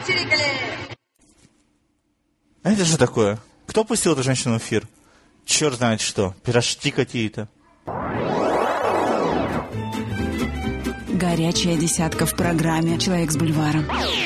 А это же такое? Кто пустил эту женщину в эфир? Черт знает что, пирожки какие-то. Горячая десятка в программе «Человек с бульвара».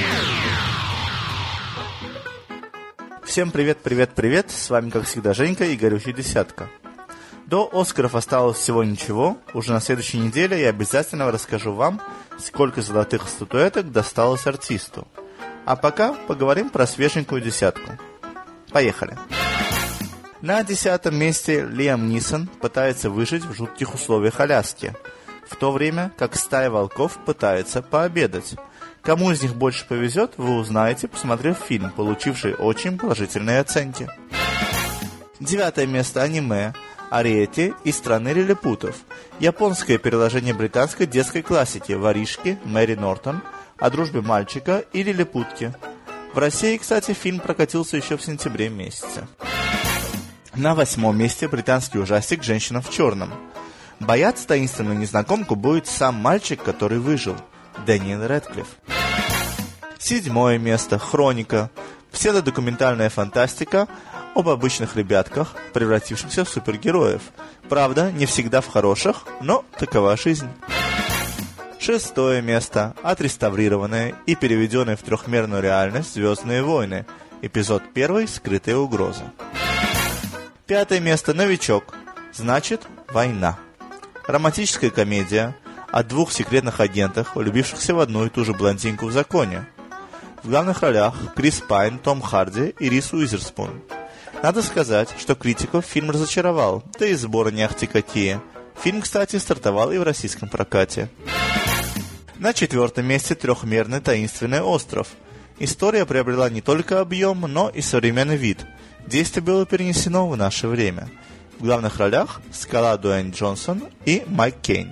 Всем привет, привет, привет. С вами, как всегда, Женька и горючая десятка. До Оскаров осталось всего ничего. Уже на следующей неделе я обязательно расскажу вам, сколько золотых статуэток досталось артисту. А пока поговорим про свеженькую десятку. Поехали. На 10-м месте Лиам Нисон пытается выжить в жутких условиях Аляски, в то время как стая волков пытается пообедать. Кому из них больше повезет, вы узнаете, посмотрев фильм, получивший очень положительные оценки. 9-е место аниме «Ариэтти из страны лилипутов». Японское переложение британской детской классики «Воришки» Мэри Нортон о дружбе мальчика и лилипутки. В России, кстати, фильм прокатился еще в сентябре месяце. На 8-м месте британский ужастик «Женщина в черном». Бояться таинственную незнакомку будет сам мальчик, который выжил. Дэниел Рэдклифф. 7-е место «Хроника». Псевдодокументальная фантастика об обычных ребятках, превратившихся в супергероев. Правда, не всегда в хороших, но такова жизнь. 6-е место отреставрированное и переведенное в трехмерную реальность «Звездные войны». Эпизод 1 «Скрытая угроза». 5-е место «Новичок». Значит, война. Романтическая комедия о двух секретных агентах, влюбившихся в одну и ту же блондинку в законе. В главных ролях Крис Пайн, Том Харди и Риз Уизерспун. Надо сказать, что критиков фильм разочаровал, да и сборы не ахти какие. Фильм, кстати, стартовал и в российском прокате. На 4-м месте трехмерный таинственный остров. История приобрела не только объем, но и современный вид. Действие было перенесено в наше время. В главных ролях Скала Дуэйн Джонсон и Майк Кейн.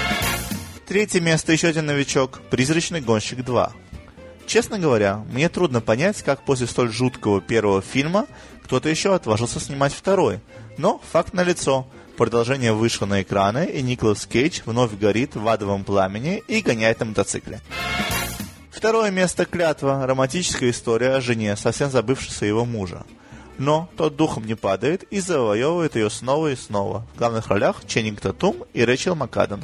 3-е место еще один новичок «Призрачный гонщик 2». Честно говоря, мне трудно понять, как после столь жуткого первого фильма кто-то еще отважился снимать второй. Но факт налицо. Продолжение вышло на экраны, и Николас Кейдж вновь горит в адовом пламени и гоняет на мотоцикле. 2-е место «Клятва». Романтическая история о жене, совсем забывшей своего мужа. Но тот духом не падает и завоевывает ее снова и снова. В главных ролях Ченнинг Татум и Рэйчел МакАдамс.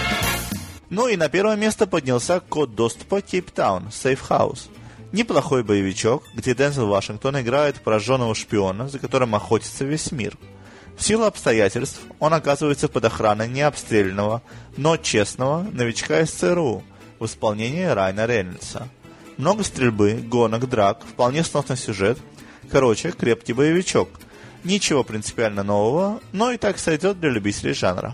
Ну и на 1-е место поднялся код доступа Кейптаун, Safe House. Неплохой боевичок, где Дензел Вашингтон играет пораженного шпиона, за которым охотится весь мир. В силу обстоятельств он оказывается под охраной необстрелянного, но честного новичка из ЦРУ в исполнении Райана Рейнольдса. Много стрельбы, гонок, драк, вполне сносный сюжет. Короче, крепкий боевичок. Ничего принципиально нового, но и так сойдет для любителей жанра.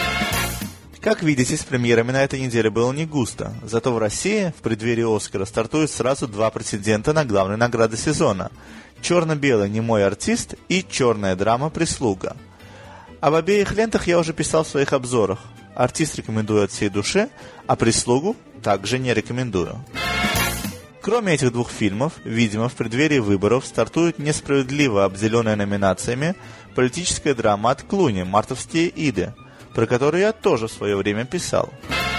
Как видите, с премьерами на этой неделе было не густо. Зато в России в преддверии Оскара стартуют сразу 2 претендента на главные награды сезона. «Черно-белый немой артист» и «Черная драма Прислуга». Об обеих лентах я уже писал в своих обзорах. «Артист» рекомендую от всей души, а «Прислугу» также не рекомендую. Кроме этих 2 фильмов, видимо, в преддверии выборов стартует несправедливо обделенная номинациями политическая драма от Клуни «Мартовские иды», про которую я тоже в свое время писал.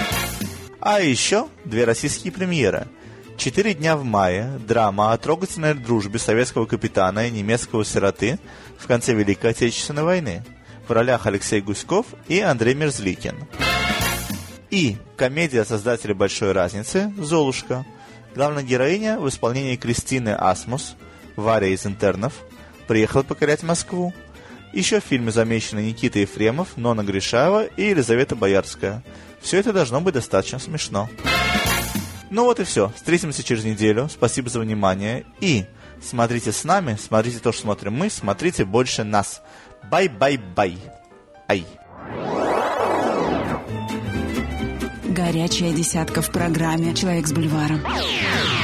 А еще 2 российские премьеры. 4 дня в мае. Драма о трогательной дружбе советского капитана и немецкого сироты в конце Великой Отечественной войны. В ролях Алексей Гуськов и Андрей Мерзликин. И комедия создателя «Большой разницы» «Золушка». Главная героиня в исполнении Кристины Асмус, Варя из «Интернов», приехала покорять Москву. Еще в фильме замечены Никита Ефремов, Нонна Гришаева и Елизавета Боярская. Все это должно быть достаточно смешно. Ну вот и все. Встретимся через неделю. Спасибо за внимание. И смотрите с нами, смотрите то, что смотрим мы, смотрите больше нас. Бай-бай-бай. Ай. Горячая десятка в программе «Человек с бульвара».